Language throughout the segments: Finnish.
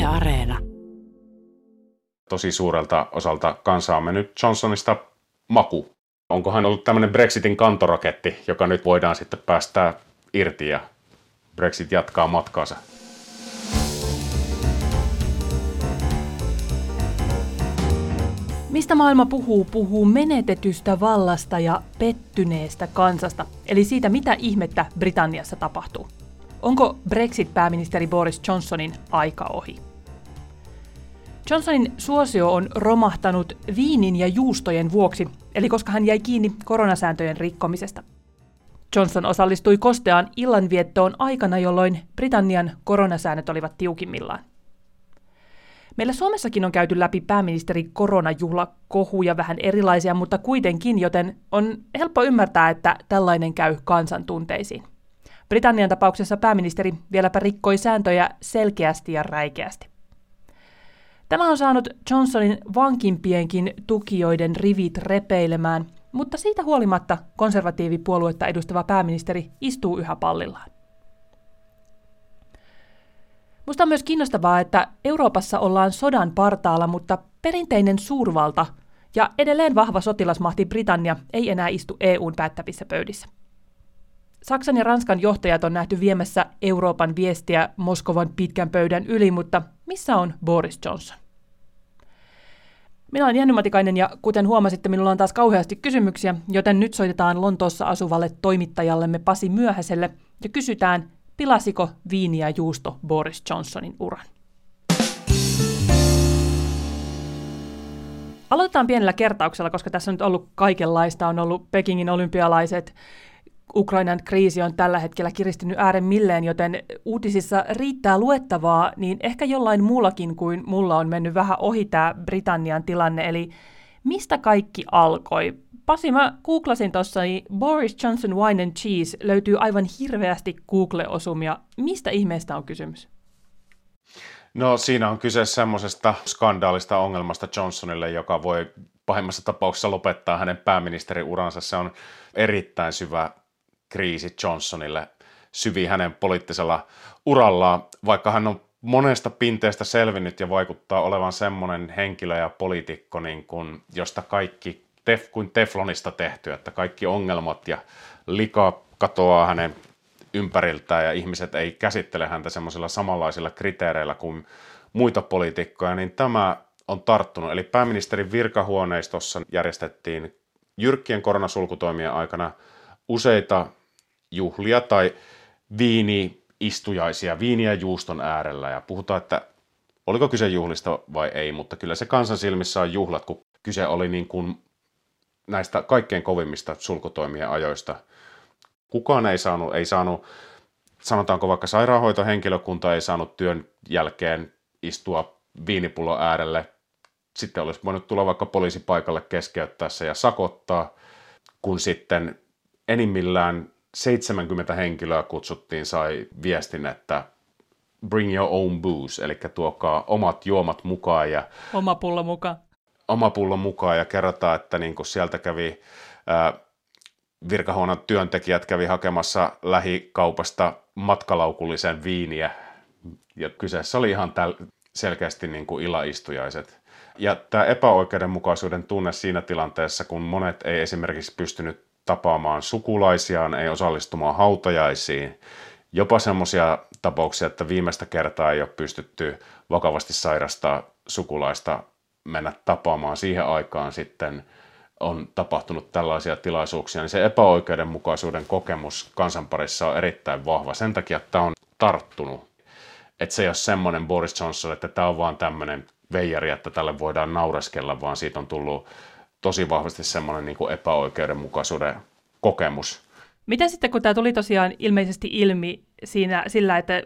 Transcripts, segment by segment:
Areena. Tosi suurelta osalta kansaa on mennyt Johnsonista maku. Onko hän ollut tämmöinen Brexitin kantoraketti, joka nyt voidaan sitten päästää irti ja Brexit jatkaa matkaansa? Mistä maailma puhuu menetetystä vallasta ja pettyneestä kansasta, eli siitä, mitä ihmettä Britanniassa tapahtuu. Onko Brexit-pääministeri Boris Johnsonin aika ohi? Johnsonin suosio on romahtanut viinin ja juustojen vuoksi, eli koska hän jäi kiinni koronasääntöjen rikkomisesta. Johnson osallistui kosteaan illanviettoon aikana, jolloin Britannian koronasäännöt olivat tiukimmillaan. Meillä Suomessakin on käyty läpi pääministeri koronajuhlakohuja vähän erilaisia, mutta kuitenkin, joten on helppo ymmärtää, että tällainen käy kansantunteisiin. Britannian tapauksessa pääministeri vieläpä rikkoi sääntöjä selkeästi ja räikeästi. Tämä on saanut Johnsonin vankimpienkin tukijoiden rivit repeilemään, mutta siitä huolimatta konservatiivipuoluetta edustava pääministeri istuu yhä pallillaan. Musta on myös kiinnostavaa, että Euroopassa ollaan sodan partaalla, mutta perinteinen suurvalta ja edelleen vahva sotilasmahti Britannia ei enää istu EU:n päättävissä pöydissä. Saksan ja Ranskan johtajat on nähty viemässä Euroopan viestiä Moskovan pitkän pöydän yli, mutta missä on Boris Johnson? Minä olen Jenny Matikainen ja kuten huomasitte, minulla on taas kauheasti kysymyksiä, joten nyt soitetaan Lontoossa asuvalle toimittajallemme Pasi Myöhäselle ja kysytään, pilasiko viini ja juusto Boris Johnsonin uran? Aloitetaan pienellä kertauksella, koska tässä on nyt ollut kaikenlaista. On ollut Pekingin olympialaiset, Ukrainan kriisi on tällä hetkellä kiristynyt äärimmilleen, joten uutisissa riittää luettavaa, niin ehkä jollain muullakin kuin mulla on mennyt vähän ohi tämä Britannian tilanne. Eli mistä kaikki alkoi? Pasi, mä googlasin tuossa, niin Boris Johnson Wine and Cheese löytyy aivan hirveästi Google-osumia. Mistä ihmeestä on kysymys? No siinä on kyse semmoisesta skandaalista ongelmasta Johnsonille, joka voi pahimmassa tapauksessa lopettaa hänen pääministeriuransa. Se on erittäin syvä kriisi Johnsonille, syvii hänen poliittisella urallaan, vaikka hän on monesta pinteestä selvinnyt ja vaikuttaa olevan semmoinen henkilö ja poliitikko, niin kuin, josta kaikki kuin teflonista tehty, että kaikki ongelmat ja lika katoaa hänen ympäriltään ja ihmiset ei käsittele häntä semmoisilla samanlaisilla kriteereillä kuin muita poliitikkoja, niin tämä on tarttunut. Eli pääministerin virkahuoneistossa järjestettiin jyrkkien koronasulkutoimien aikana useita juhlia tai viini-istujaisia, viini ja juuston äärellä. Ja puhutaan, että oliko kyse juhlista vai ei, mutta kyllä se kansan silmissä on juhlat, kun kyse oli niin kuin näistä kaikkein kovimmista sulkutoimien ajoista. Kukaan ei saanut, sanotaanko vaikka sairaanhoitohenkilökunta ei saanut työn jälkeen istua viinipullon äärelle. Sitten olisi voinut tulla vaikka poliisi paikalle keskeyttää se ja sakottaa, kun sitten enimmillään 70 henkilöä kutsuttiin, sai viestin, että bring your own booze, eli tuokaa omat juomat mukaan. Ja oma pullo mukaan. Oma pullo mukaan ja kerrotaan, että niin kun sieltä kävi virkahuoneen työntekijät kävi hakemassa lähikaupasta matkalaukullisen viiniä ja kyseessä oli ihan selkeästi niin kuin illaistujaiset. Ja tämä epäoikeudenmukaisuuden tunne siinä tilanteessa, kun monet ei esimerkiksi pystynyt tapaamaan sukulaisiaan, ei osallistumaan hautajaisiin, jopa semmoisia tapauksia, että viimeistä kertaa ei ole pystytty vakavasti sairastaa sukulaista mennä tapaamaan siihen aikaan sitten on tapahtunut tällaisia tilaisuuksia, niin se epäoikeudenmukaisuuden kokemus kansanparissa on erittäin vahva. Sen takia, että tämä on tarttunut. Että se ei ole semmoinen Boris Johnson, että tämä on vaan tämmöinen veijari, että tälle voidaan naureskella, vaan siitä on tullut tosi vahvasti semmoinen niin kuin epäoikeudenmukaisuuden kokemus. Miten sitten, kun tämä tuli tosiaan ilmeisesti ilmi sillä, että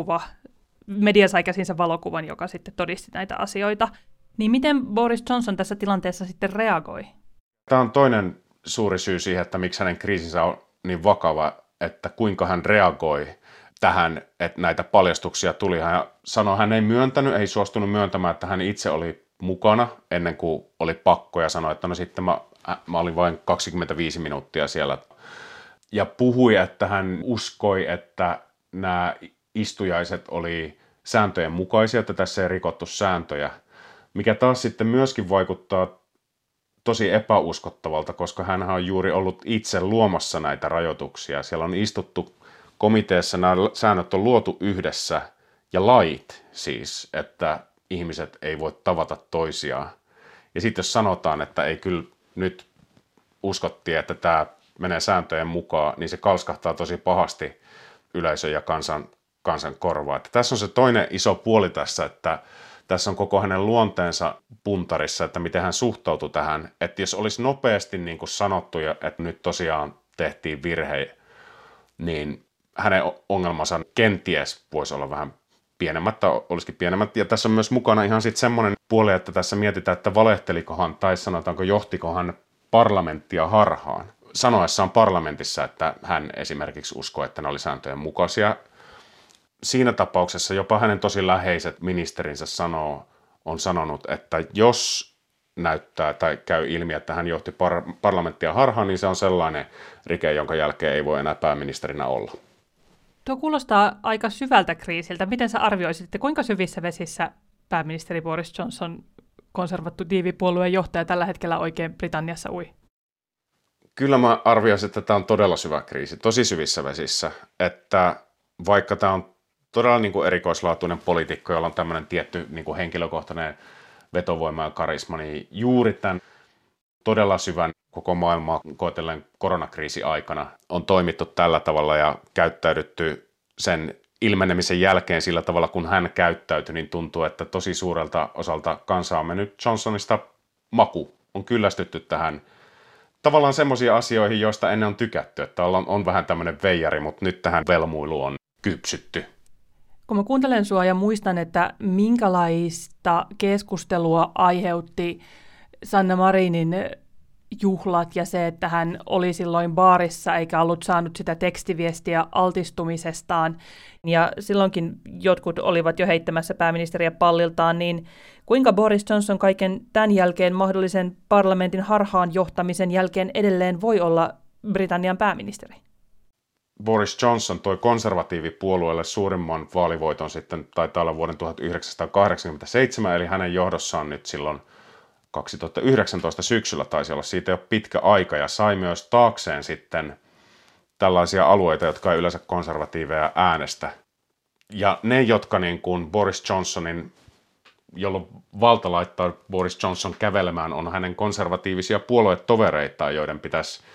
media sai käsinsä valokuvan, joka sitten todisti näitä asioita, niin miten Boris Johnson tässä tilanteessa sitten reagoi? Tämä on toinen suuri syy siihen, että miksi hänen kriisinsä on niin vakava, että kuinka hän reagoi tähän, että näitä paljastuksia tuli. Hän sanoi, hän ei suostunut myöntämään, että hän itse oli mukana ennen kuin oli pakko ja sanoi, että no sitten mä olin vain 25 minuuttia siellä. Ja puhui, että hän uskoi, että nämä istujaiset oli sääntöjen mukaisia, että tässä ei rikottu sääntöjä, mikä taas sitten myöskin vaikuttaa tosi epäuskottavalta, koska hän on juuri ollut itse luomassa näitä rajoituksia. Siellä on istuttu komiteassa, nämä säännöt on luotu yhdessä, ja lait siis, että ihmiset ei voi tavata toisiaan. Ja sitten jos sanotaan, että ei kyllä nyt uskottiin, että tämä menee sääntöjen mukaan, niin se kalskahtaa tosi pahasti yleisön ja kansan korvaa. Että tässä on se toinen iso puoli tässä, että tässä on koko hänen luonteensa puntarissa, että miten hän suhtautui tähän. Että jos olisi nopeasti niin kuin sanottu, että nyt tosiaan tehtiin virhe, niin hänen ongelmansa kenties voisi olla vähän pienemmät tai olisikin pienemmät. Ja tässä on myös mukana ihan sitten semmoinen puoli, että tässä mietitään, että valehtelikohan tai sanotaanko johtikohan parlamenttia harhaan. Sanoessaan parlamentissa, että hän esimerkiksi uskoi, että ne oli sääntöjen mukaisia. Siinä tapauksessa jopa hänen tosi läheiset ministerinsä on sanonut, että jos näyttää tai käy ilmi, että hän johti parlamenttia harhaan, niin se on sellainen rike, jonka jälkeen ei voi enää pääministerinä olla. Tuo kuulostaa aika syvältä kriisiltä. Miten sä arvioisit, kuinka syvissä vesissä pääministeri Boris Johnson, konservatiivipuolueen johtaja, tällä hetkellä oikein Britanniassa ui? Kyllä mä arvioisin, että tämä on todella syvä kriisi, tosi syvissä vesissä, että vaikka tämä on todella niin kuin erikoislaatuinen poliitikko, jolla on tämmöinen tietty niin kuin henkilökohtainen vetovoima ja karisma, niin juuri tämän todella syvän koko maailmaa koetellen koronakriisi aikana on toimittu tällä tavalla ja käyttäydytty sen ilmenemisen jälkeen sillä tavalla, kun hän käyttäytyi, niin tuntuu, että tosi suurelta osalta kansaa on mennyt Johnsonista maku. On kyllästytty tähän tavallaan semmoisiin asioihin, joista ennen on tykätty, että on vähän tämmöinen veijari, mutta nyt tähän velmuiluun on kypsytty. Kun mä kuuntelen sua ja muistan, että minkälaista keskustelua aiheutti Sanna Marinin juhlat ja se, että hän oli silloin baarissa eikä ollut saanut sitä tekstiviestiä altistumisestaan. Ja silloinkin jotkut olivat jo heittämässä pääministeriä palliltaan, niin kuinka Boris Johnson kaiken tämän jälkeen mahdollisen parlamentin harhaan johtamisen jälkeen edelleen voi olla Britannian pääministeri? Boris Johnson toi konservatiivipuolueelle suurimman vaalivoiton sitten taitaa olla vuoden 1987, eli hänen johdossaan nyt silloin 2019 syksyllä taisi olla siitä jo pitkä aika ja sai myös taakseen sitten tällaisia alueita, jotka ei yleensä konservatiiveja äänestä. Ja ne, jotka niin kuin Boris Johnsonin, jolloin valta laittaa Boris Johnson kävelemään, on hänen konservatiivisia puoluetovereitaan, joiden pitäisi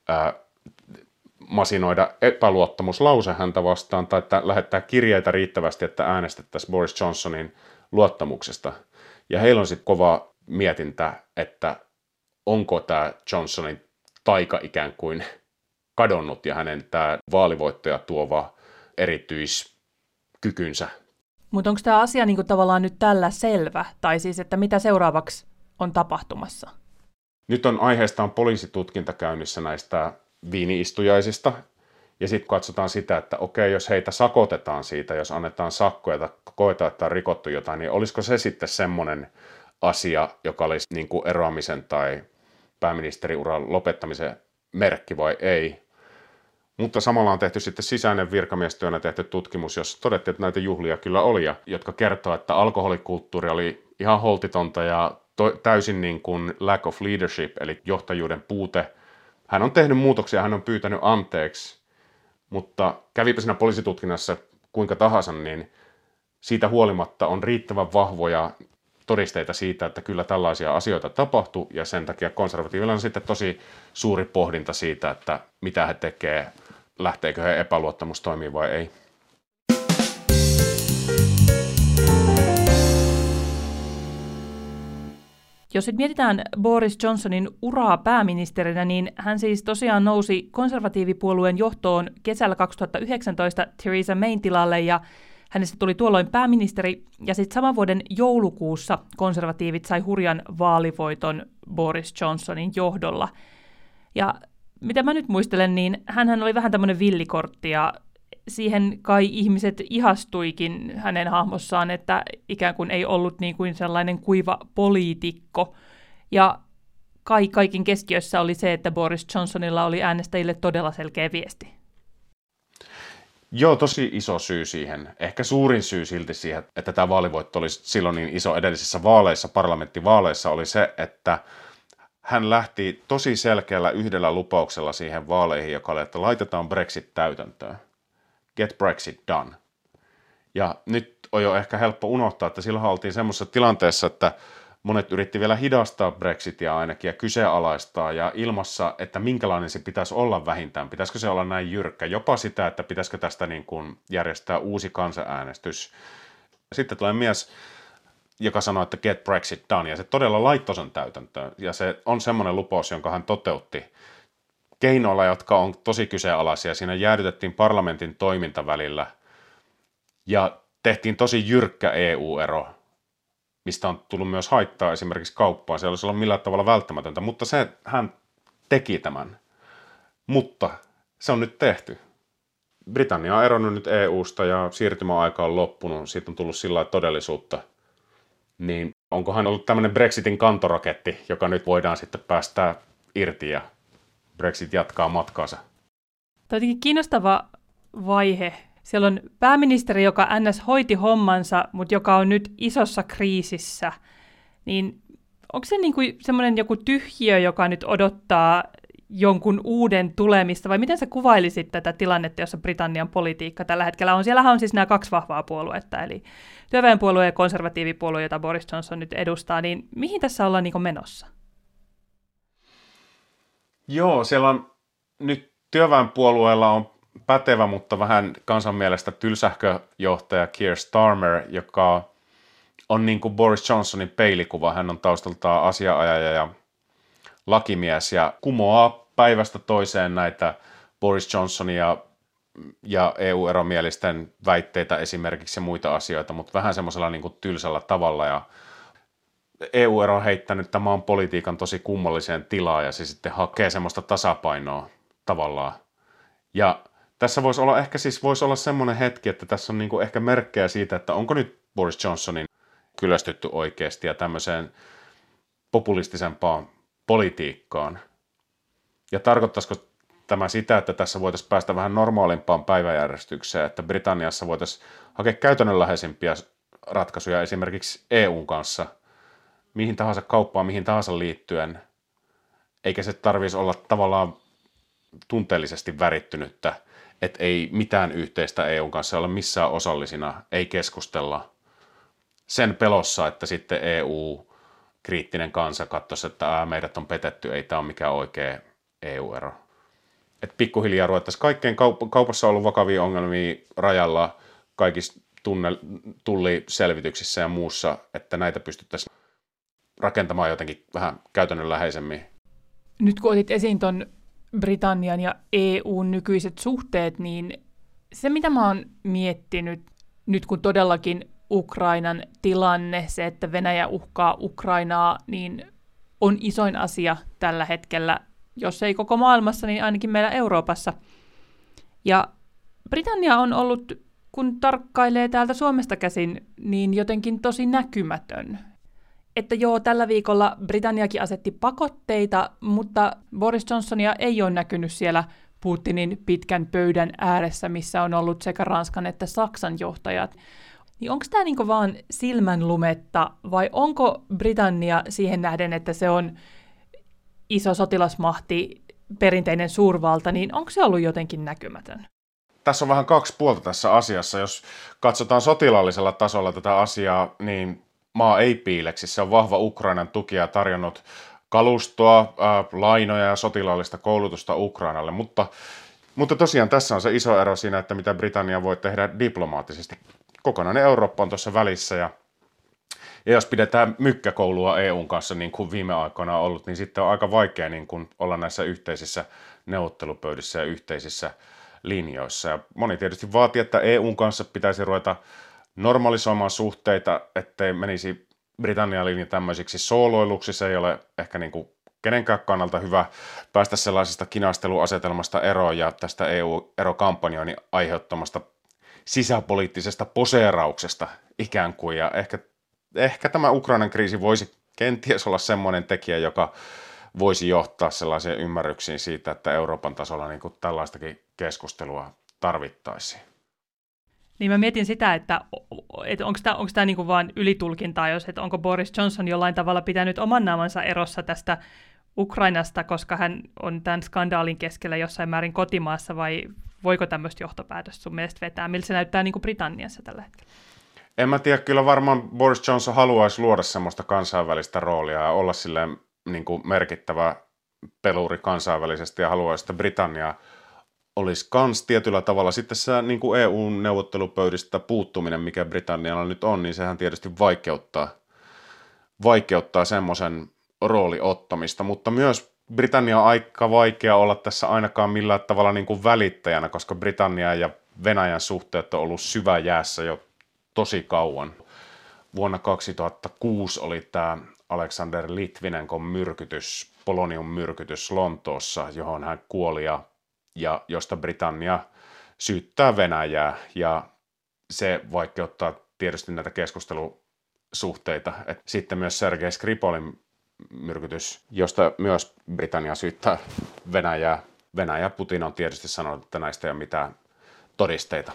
masinoida epäluottamuslause häntä vastaan tai lähettää kirjeitä riittävästi, että äänestettäisiin Boris Johnsonin luottamuksesta. Ja heillä on sitten kova mietintä, että onko tämä Johnsonin taika ikään kuin kadonnut ja hänen tämä vaalivoittoja tuova erityiskykynsä. Mutta onko tämä asia niinku tavallaan nyt tällä selvä? Tai siis, että mitä seuraavaksi on tapahtumassa? Nyt on aiheestaan poliisitutkinta käynnissä näistä viini-istujaisista. Ja sitten katsotaan sitä, että okei, jos heitä sakotetaan siitä, jos annetaan sakkoja tai koetaan, että on rikottu jotain, niin olisiko se sitten semmoinen asia, joka olisi niin kuin eroamisen tai pääministeriuran lopettamisen merkki vai ei. Mutta samalla on tehty sitten sisäinen virkamiestyönä tehty tutkimus, jossa todettiin, että näitä juhlia kyllä oli, jotka kertoo, että alkoholikulttuuri oli ihan holtitonta ja täysin niin kuin lack of leadership, eli johtajuuden puute. Hän on tehnyt muutoksia, hän on pyytänyt anteeksi, mutta kävipä siinä poliisitutkinnassa kuinka tahansa, niin siitä huolimatta on riittävän vahvoja todisteita siitä, että kyllä tällaisia asioita tapahtui, ja sen takia konservatiivilla on sitten tosi suuri pohdinta siitä, että mitä he tekee, lähteekö he epäluottamustoimiin vai ei. Jos nyt mietitään Boris Johnsonin uraa pääministerinä, niin hän siis tosiaan nousi konservatiivipuolueen johtoon kesällä 2019 Theresa Mayn tilalle, ja hänestä tuli tuolloin pääministeri, ja sitten saman vuoden joulukuussa konservatiivit sai hurjan vaalivoiton Boris Johnsonin johdolla. Ja mitä mä nyt muistelen, niin hänhän oli vähän tämmöinen villikortti, ja siihen kai ihmiset ihastuikin hänen hahmossaan, että ikään kuin ei ollut niin kuin sellainen kuiva poliitikko. Ja kaikin keskiössä oli se, että Boris Johnsonilla oli äänestäjille todella selkeä viesti. Joo, tosi iso syy siihen. Ehkä suurin syy silti siihen, että tämä vaalivoitto oli silloin niin iso edellisissä vaaleissa, parlamenttivaaleissa, oli se, että hän lähti tosi selkeällä yhdellä lupauksella siihen vaaleihin, joka oli, että laitetaan Brexit täytäntöön. Get Brexit done. Ja nyt on jo ehkä helppo unohtaa, että silloin oltiin semmoisessa tilanteessa, että monet yritti vielä hidastaa Brexitia ainakin ja kyseenalaistaa ja ilmassa, että minkälainen se pitäisi olla vähintään. Pitäisikö se olla näin jyrkkä? Jopa sitä, että pitäisikö tästä niin kuin järjestää uusi kansanäänestys. Sitten tulee mies, joka sanoi, että get Brexit done, ja se todella laittoi sen täytäntöön. Ja se on semmoinen lupaus, jonka hän toteutti keinoilla, jotka on tosi kyseenalaisia. Siinä jäädytettiin parlamentin toiminta välillä ja tehtiin tosi jyrkkä EU-ero, mistä on tullut myös haittaa esimerkiksi kauppaan. Se olisi ollut millään tavalla välttämätöntä, mutta hän teki tämän. Mutta se on nyt tehty. Britannia on eronnut nyt EUsta ja siirtymäaika on loppunut. Siitä on tullut sillä todellisuutta. Niin onkohan ollut tämmöinen Brexitin kantoraketti, joka nyt voidaan sitten päästää irti ja Brexit jatkaa matkaansa? Tämä on jotenkin kiinnostava vaihe. Siellä on pääministeri, joka NS hoiti hommansa, mutta joka on nyt isossa kriisissä. Niin onko se niin kuin semmoinen joku tyhjiö, joka nyt odottaa jonkun uuden tulemista, vai miten sä kuvailisit tätä tilannetta, jossa Britannian politiikka tällä hetkellä on? Siellähän on siis nämä kaksi vahvaa puoluetta, eli työväenpuolue ja konservatiivipuolue, jota Boris Johnson nyt edustaa, niin mihin tässä ollaan niin kuin menossa? Joo, siellä on nyt työväenpuolueella on pätevä, mutta vähän kansan mielestä tylsähkö johtaja Keir Starmer, joka on niin kuin Boris Johnsonin peilikuva. Hän on taustaltaan asianajaja ja lakimies ja kumoaa päivästä toiseen näitä Boris Johnsonia ja EU-eromielisten väitteitä esimerkiksi ja muita asioita, mutta vähän semmoisella niin kuin tylsällä tavalla. Ja EU-ero on heittänyt tämän maan politiikan tosi kummalliseen tilaan ja se sitten hakee semmoista tasapainoa tavallaan. Ja tässä voisi olla semmoinen hetki, että tässä on niin kuin ehkä merkkejä siitä, että onko nyt Boris Johnsonin kyllästytty oikeasti ja tämmöiseen populistisempaan politiikkaan. Ja tarkoittaisiko tämä sitä, että tässä voitaisiin päästä vähän normaalimpaan päiväjärjestykseen, että Britanniassa voitaisiin hakea käytännönläheisempiä ratkaisuja esimerkiksi EUn kanssa, mihin tahansa kauppaan, mihin tahansa liittyen, eikä se tarvitsisi olla tavallaan tunteellisesti värittynyttä, että ei mitään yhteistä EUn kanssa ole missään osallisina, ei keskustella sen pelossa, että sitten EU-kriittinen kansa katsoisi, että meidät on petetty, ei tämä ole mikään oikea EU-ero. Että pikkuhiljaa ruvettaisiin kaikkein kaupassa on ollut vakavia ongelmia rajalla, kaikissa tulliselvityksissä ja muussa, että näitä pystyttäisiin rakentamaan jotenkin vähän käytännönläheisemmin. Nyt kun otit esiin ton Britannian ja EUn nykyiset suhteet, niin se mitä mä oon miettinyt nyt kun todellakin Ukrainan tilanne, se että Venäjä uhkaa Ukrainaa, niin on isoin asia tällä hetkellä, jos ei koko maailmassa, niin ainakin meillä Euroopassa. Ja Britannia on ollut, kun tarkkailee täältä Suomesta käsin, niin jotenkin tosi näkymätön. Että joo, tällä viikolla Britanniakin asetti pakotteita, mutta Boris Johnsonia ei ole näkynyt siellä Putinin pitkän pöydän ääressä, missä on ollut sekä Ranskan että Saksan johtajat. Niin onko tämä niinku vaan silmänlumetta vai onko Britannia siihen nähden, että se on iso sotilasmahti, perinteinen suurvalta, niin onko se ollut jotenkin näkymätön? Tässä on vähän kaksi puolta tässä asiassa. Jos katsotaan sotilaallisella tasolla tätä asiaa, niin maa ei piileksi. Se on vahva Ukrainan tuki ja tarjonnut kalustoa, lainoja ja sotilaallista koulutusta Ukrainalle. Mutta tosiaan tässä on se iso ero siinä, että mitä Britannia voi tehdä diplomaattisesti. Kokonainen Eurooppa on tuossa välissä ja jos pidetään mykkäkoulua EUn kanssa niin kuin viime aikoina on ollut, niin sitten on aika vaikea niin kuin olla näissä yhteisissä neuvottelupöydissä ja yhteisissä linjoissa. Ja moni tietysti vaatii, että EUn kanssa pitäisi ruveta normalisoimaan suhteita, ettei menisi Britannian linja tämmöisiksi sooloiluksi. Se ei ole ehkä niin kuin kenenkään kannalta hyvä päästä sellaisesta kinasteluasetelmasta eroon ja tästä EU-erokampanjoinnin aiheuttamasta sisäpoliittisesta poseerauksesta ikään kuin. Ja ehkä tämä Ukrainan kriisi voisi kenties olla semmoinen tekijä, joka voisi johtaa sellaiseen ymmärryksiin siitä, että Euroopan tasolla niin kuin tällaistakin keskustelua tarvittaisiin. Niin mä mietin sitä, että onko tämä niinku vaan ylitulkintaa, että onko Boris Johnson jollain tavalla pitänyt oman naamansa erossa tästä Ukrainasta, koska hän on tämän skandaalin keskellä jossain määrin kotimaassa, vai voiko tämmöistä johtopäätöstä sun mielestä vetää? Miltä se näyttää niin kuin Britanniassa tällä hetkellä? En mä tiedä, kyllä varmaan Boris Johnson haluaisi luoda semmoista kansainvälistä roolia ja olla silleen niin kuin merkittävä peluri kansainvälisesti ja haluaisi, että Britannia olisi kans tietyllä tavalla. Sitten se niin kuin EU-neuvottelupöydistä puuttuminen, mikä Britannialla nyt on, niin sehän tietysti vaikeuttaa semmoisen rooli ottamista, mutta myös Britannia on aika vaikea olla tässä ainakaan millään tavalla niin kuin välittäjänä, koska Britannia ja Venäjän suhteet on ollut syväjäässä jo tosi kauan. Vuonna 2006 oli tämä Alexander Litvinenkon myrkytys, poloniummyrkytys Lontoossa, johon hän kuoli ja josta Britannia syyttää Venäjää, ja se vaikeuttaa tietysti näitä keskustelusuhteita. Sitten myös Sergei Skripalin myrkytys, josta myös Britannia syyttää Venäjää. Putin on tietysti sanonut, että näistä ei ole mitään todisteita.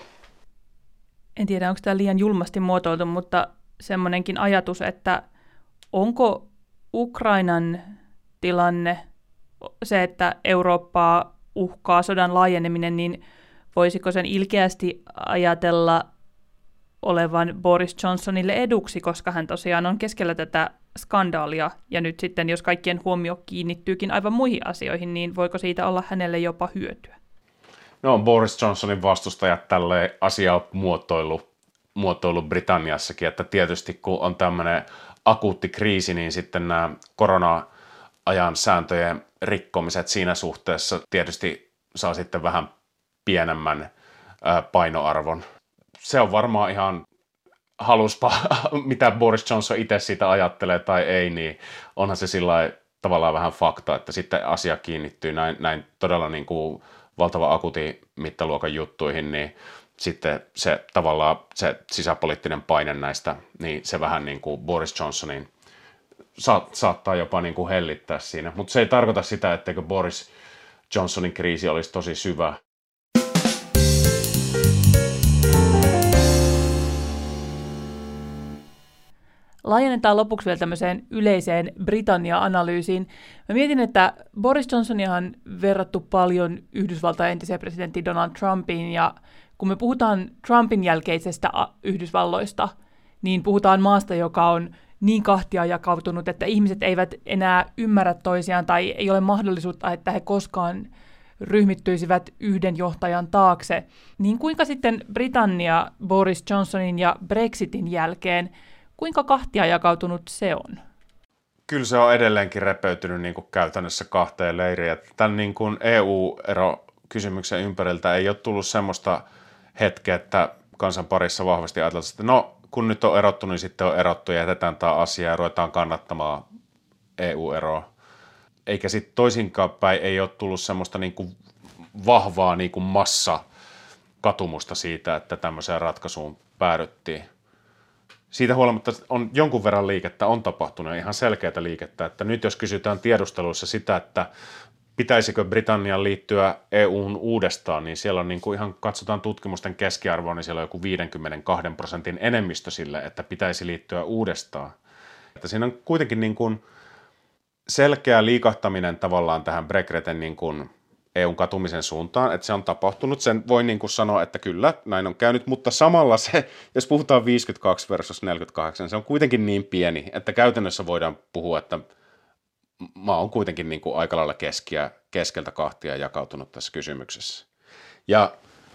En tiedä, onko tämä liian julmasti muotoiltu, mutta semmoinenkin ajatus, että onko Ukrainan tilanne se, että Eurooppaa uhkaa sodan laajeneminen, niin voisiko sen ilkeästi ajatella olevan Boris Johnsonille eduksi, koska hän tosiaan on keskellä tätä skandaalia, ja nyt sitten, jos kaikkien huomio kiinnittyykin aivan muihin asioihin, niin voiko siitä olla hänelle jopa hyötyä? No, Boris Johnsonin vastustajat tälle asiaa muotoilu Britanniassakin, että tietysti kun on tämmöinen akuutti kriisi, niin sitten nämä korona-ajan sääntöjen rikkomiset siinä suhteessa tietysti saa sitten vähän pienemmän painoarvon. Se on varmaan ihan haluspa, mitä Boris Johnson itse siitä ajattelee tai ei, niin onhan se sillä tavallaan vähän fakta, että sitten asia kiinnittyy näin todella niin kuin valtava akuutin mittaluokan juttuihin, niin sitten se tavallaan se sisäpoliittinen paine näistä, niin se vähän niin kuin Boris Johnsonin saattaa jopa niin kuin hellittää siinä. Mutta se ei tarkoita sitä, etteikö Boris Johnsonin kriisi olisi tosi syvä. Laajennetaan lopuksi vielä tämmöiseen yleiseen Britannia-analyysiin. Mä mietin, että Boris Johnsonia on verrattu paljon Yhdysvaltain entiseen presidentti Donald Trumpiin, ja kun me puhutaan Trumpin jälkeisestä Yhdysvalloista, niin puhutaan maasta, joka on niin kahtia jakautunut, että ihmiset eivät enää ymmärrä toisiaan tai ei ole mahdollisuutta, että he koskaan ryhmittyisivät yhden johtajan taakse. Niin kuinka sitten Britannia Boris Johnsonin ja Brexitin jälkeen, kuinka kahtia jakautunut se on? Kyllä se on edelleenkin repeytynyt niin kuin käytännössä kahteen leiriin. Tämän niin kuin EU-erokysymyksen ympäriltä ei ole tullut semmoista hetkeä, että kansan parissa vahvasti ajatellaan, että no kun nyt on erottu, niin sitten on erottu ja jätetään tämä asia ja ruvetaan kannattamaan EU-eroa. Eikä sitten toisinkaan päin ei ole tullut semmoista niin kuin vahvaa niin kuin massakatumusta siitä, että tämmöiseen ratkaisuun päädyttiin. Siitä huolimatta on jonkun verran liikettä, on tapahtunut ihan selkeää liikettä, että nyt jos kysytään tiedusteluissa sitä, että pitäisikö Britannian liittyä EU:hun uudestaan, niin siellä on niin kuin ihan katsotaan tutkimusten keskiarvoa, niin siellä on joku 52% enemmistö sille, että pitäisi liittyä uudestaan. Että siinä on kuitenkin niin kuin selkeä liikahtaminen tavallaan tähän Brexitin niin kuin EUn katumisen suuntaan, että se on tapahtunut. Sen voi niin kuin sanoa, että kyllä, näin on käynyt, mutta samalla se, jos puhutaan 52 versus 48, se on kuitenkin niin pieni, että käytännössä voidaan puhua, että maa on kuitenkin niin kuin aika lailla keskeltä kahtia jakautunut tässä kysymyksessä. Ja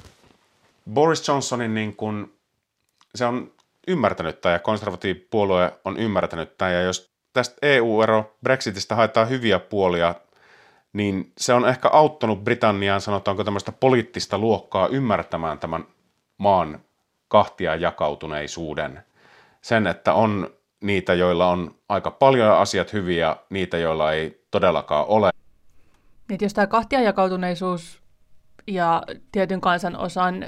Boris Johnsonin niin kuin, se on ymmärtänyt tämä ja konservatiivipuolue on ymmärtänyt tämä, ja jos tästä EU-ero Brexitistä haetaan hyviä puolia, niin se on ehkä auttanut Britanniaan, sanotaanko tämmöistä poliittista luokkaa ymmärtämään tämän maan kahtia jakautuneisuuden. Sen, että on niitä, joilla on aika paljon asiat hyviä, niitä, joilla ei todellakaan ole. Niin, jos tämä kahtia jakautuneisuus ja tietyn kansanosan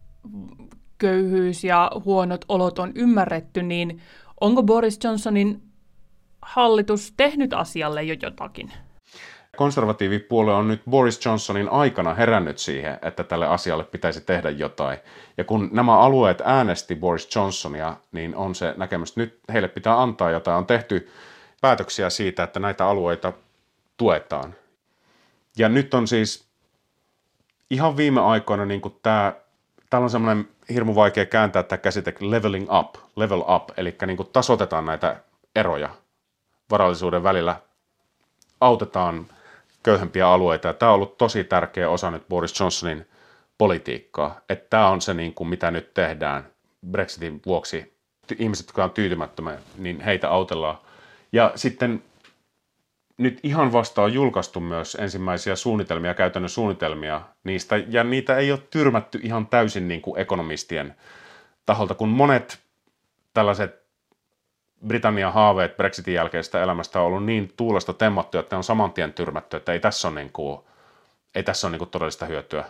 köyhyys ja huonot olot on ymmärretty, niin onko Boris Johnsonin hallitus tehnyt asialle jo jotakin? Konservatiivipuolue on nyt Boris Johnsonin aikana herännyt siihen, että tälle asialle pitäisi tehdä jotain. Ja kun nämä alueet äänesti Boris Johnsonia, niin on se näkemys, että nyt heille pitää antaa jotain. On tehty päätöksiä siitä, että näitä alueita tuetaan. Ja nyt on siis ihan viime aikoina niin kuin täällä on semmoinen hirmu vaikea kääntää tämä käsite level up, eli niin kuin tasoitetaan näitä eroja varallisuuden välillä, autetaan köyhempiä alueita, ja tämä on ollut tosi tärkeä osa nyt Boris Johnsonin politiikkaa, että tämä on se, niin kuin, mitä nyt tehdään Brexitin vuoksi. Ihmiset, jotka on tyytymättömiä, niin heitä autellaan. Ja sitten nyt ihan vasta on julkaistu myös ensimmäisiä suunnitelmia, käytännön suunnitelmia niistä, ja niitä ei ole tyrmätty ihan täysin niin kuin ekonomistien taholta, kun monet tällaiset Britannian haaveet Brexitin jälkeisestä elämästä on ollut niin tuulesta temmattu, että ne on saman tien tyrmätty, että ei tässä ole, todellista hyötyä.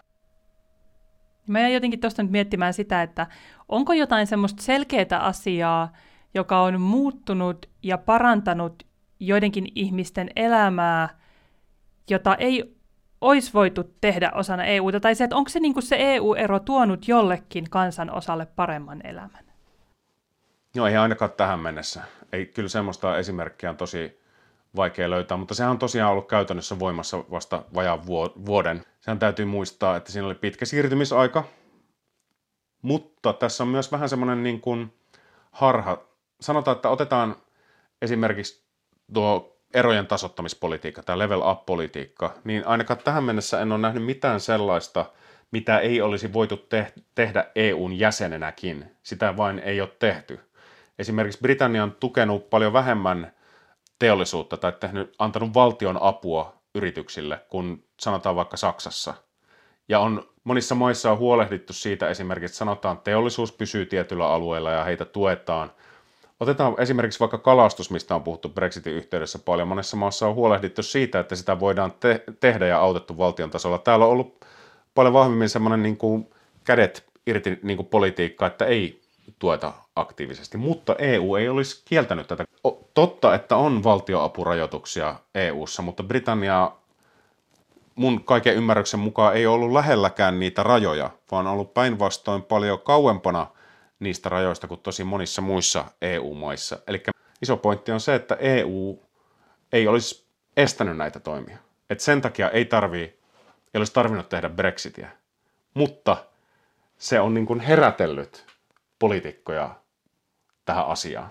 Mä jäin jotenkin tuosta nyt miettimään sitä, että onko jotain semmoista selkeää asiaa, joka on muuttunut ja parantanut joidenkin ihmisten elämää, jota ei olisi voitu tehdä osana EUta, tai se, että onko se, niin kuin se EU-ero tuonut jollekin kansanosalle paremman elämän? Joo, ei ainakaan tähän mennessä. Ei, kyllä semmoista esimerkkiä on tosi vaikea löytää, mutta sehän on tosiaan ollut käytännössä voimassa vasta vajaan vuoden. Sehän täytyy muistaa, että siinä oli pitkä siirtymisaika, mutta tässä on myös vähän semmoinen niin kuin harha. Sanotaan, että otetaan esimerkiksi tuo erojen tasoittamispolitiikka, tämä level up-politiikka, niin ainakaan tähän mennessä en ole nähnyt mitään sellaista, mitä ei olisi voitu tehdä EUn jäsenenäkin. Sitä vain ei ole tehty. Esimerkiksi Britannia on tukenut paljon vähemmän teollisuutta tai antanut valtion apua yrityksille kuin sanotaan vaikka Saksassa. Ja monissa maissa on huolehdittu siitä esimerkiksi, että sanotaan, että teollisuus pysyy tietyllä alueella ja heitä tuetaan. Otetaan esimerkiksi vaikka kalastus, mistä on puhuttu Brexitin yhteydessä paljon. Monessa maassa on huolehdittu siitä, että sitä voidaan tehdä ja autettu valtion tasolla. Täällä on ollut paljon vahvemmin semmoinen niin kuin kädet irti niin kuin politiikka, että ei tueta aktiivisesti, mutta EU ei olisi kieltänyt tätä. Totta, että on valtioapurajoituksia EU:ssa, mutta Britannia mun kaiken ymmärryksen mukaan ei ollut lähelläkään niitä rajoja, vaan on ollut päinvastoin paljon kauempana niistä rajoista kuin tosi monissa muissa EU-maissa. Eli iso pointti on se, että EU ei olisi estänyt näitä toimia. Et sen takia ei olisi tarvinnut tehdä Brexitiä, mutta se on niin kuin herätellyt poliitikkoja tähän asiaan.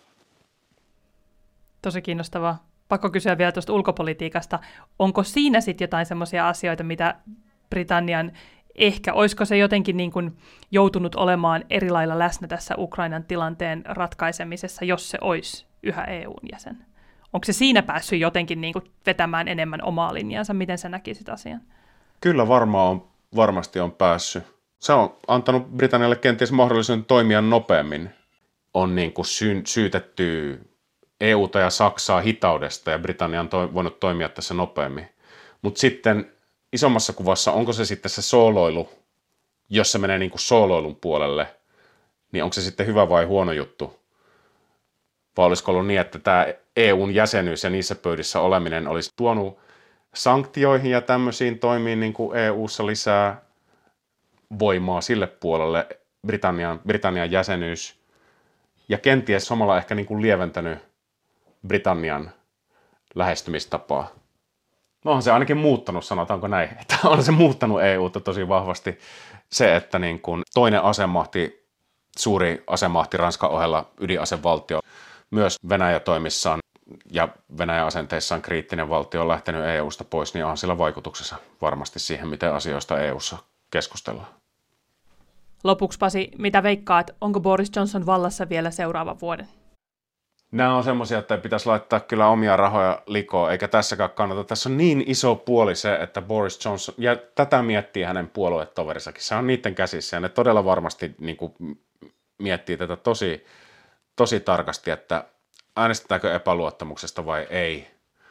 Tosi kiinnostavaa. Pakko kysyä vielä tuosta ulkopolitiikasta. Onko siinä sitten jotain semmoisia asioita, mitä Britannian olisiko se jotenkin niin kuin joutunut olemaan eri lailla läsnä tässä Ukrainan tilanteen ratkaisemisessa, jos se olisi yhä EUn jäsen? Onko se siinä päässyt jotenkin niin kuin vetämään enemmän omaa linjansa? Miten sä näkisit asian? Kyllä varmasti on päässyt. Se on antanut Britannialle kenties mahdollisuuden toimia nopeammin. On niin kuin syytetty EUta ja Saksaa hitaudesta ja Britannia on voinut toimia tässä nopeammin. Mutta sitten isommassa kuvassa, onko se sitten se sooloilu, jos se menee niin kuin sooloilun puolelle, niin onko se sitten hyvä vai huono juttu? Vai olisiko ollut niin, että tämä EUn jäsenyys ja niissä pöydissä oleminen olisi tuonut sanktioihin ja tämmöisiin toimiin niin kuin EUssa lisää voimaa sille puolelle, Britannian jäsenyys, ja kenties samalla ehkä niin kuin lieventänyt Britannian lähestymistapaa. No onhan se ainakin muuttanut, sanotaanko näin, että on se muuttanut EUta tosi vahvasti se, että niin kuin toinen asemahti, suuri asemahti Ranskan ohella ydinasevaltio, myös Venäjä toimissaan ja Venäjän asenteissaan kriittinen valtio on lähtenyt EUsta pois, niin on sillä vaikutuksessa varmasti siihen, miten asioista EUssa keskustellaan. Lopuksi Pasi, mitä veikkaat, onko Boris Johnson vallassa vielä seuraavan vuoden? Nämä on semmoisia, että pitäisi laittaa kyllä omia rahoja likoon, eikä tässäkään kannata. Tässä on niin iso puoli se, että Boris Johnson, ja tätä miettii hänen puoluetoverisakin, se on niiden käsissä, ja ne todella varmasti niin kuin, miettii tätä tosi tarkasti, että äänestetäänkö epäluottamuksesta vai ei.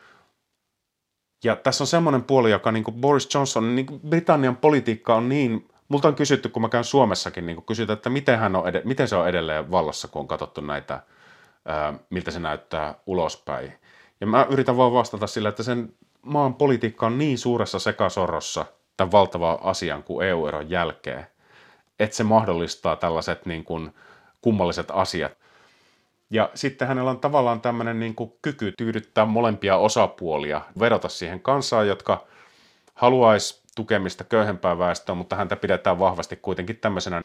Ja tässä on semmoinen puoli, joka niin kuin Boris Johnson, niin kuin Britannian politiikka on niin, multa on kysytty, kun mä käyn Suomessakin, niin kysytään, että miten se on edelleen vallassa, kun on katsottu näitä, miltä se näyttää ulospäin. Ja mä yritän vaan vastata sillä, että sen maan politiikka on niin suuressa sekasorrossa tämän valtavan asian kuin EU-eron jälkeen, että se mahdollistaa tällaiset niin kuin kummalliset asiat. Ja sitten hänellä on tavallaan tämmöinen niin kuin kyky tyydyttää molempia osapuolia, vedota siihen kansaan, jotka haluaisi tukemista köyhempää väestöä, mutta häntä pidetään vahvasti kuitenkin tämmöisenä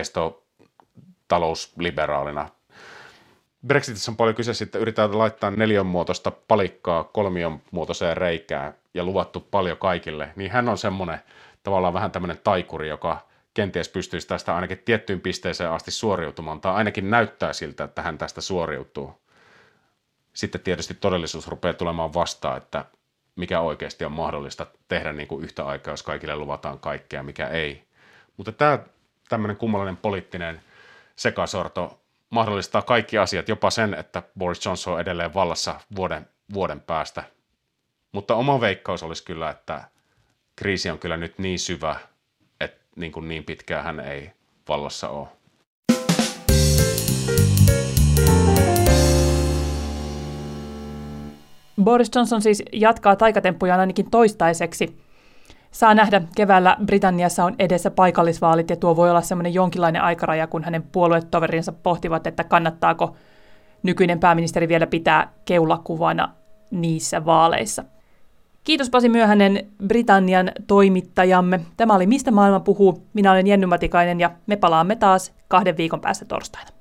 oikeisto-talousliberaalina. Brexitissä on paljon kyse siitä, yritetään laittaa 4 muotoista palikkaa 3 muotoiseen reikään ja luvattu paljon kaikille, niin hän on semmoinen tavallaan vähän tämmöinen taikuri, joka kenties pystyisi tästä ainakin tiettyyn pisteeseen asti suoriutumaan, tai ainakin näyttää siltä, että hän tästä suoriutuu. Sitten tietysti todellisuus rupeaa tulemaan vastaan, että mikä oikeasti on mahdollista tehdä niin kuin yhtä aikaa, jos kaikille luvataan kaikkea, mikä ei. Mutta tämä tämmöinen kummallinen poliittinen sekasorto mahdollistaa kaikki asiat, jopa sen, että Boris Johnson on edelleen vallassa vuoden päästä. Mutta oma veikkaus olisi kyllä, että kriisi on kyllä nyt niin syvä, että niin pitkään hän ei vallassa ole. Boris Johnson siis jatkaa taikatemppujaan ainakin toistaiseksi. Saa nähdä, keväällä Britanniassa on edessä paikallisvaalit ja tuo voi olla semmoinen jonkinlainen aikaraja, kun hänen puoluetoverinsa pohtivat, että kannattaako nykyinen pääministeri vielä pitää keulakuvana niissä vaaleissa. Kiitos Pasi Myöhänen, Britannian toimittajamme. Tämä oli Mistä maailma puhuu. Minä olen Jenny Matikainen ja me palaamme taas 2 viikon päästä torstaina.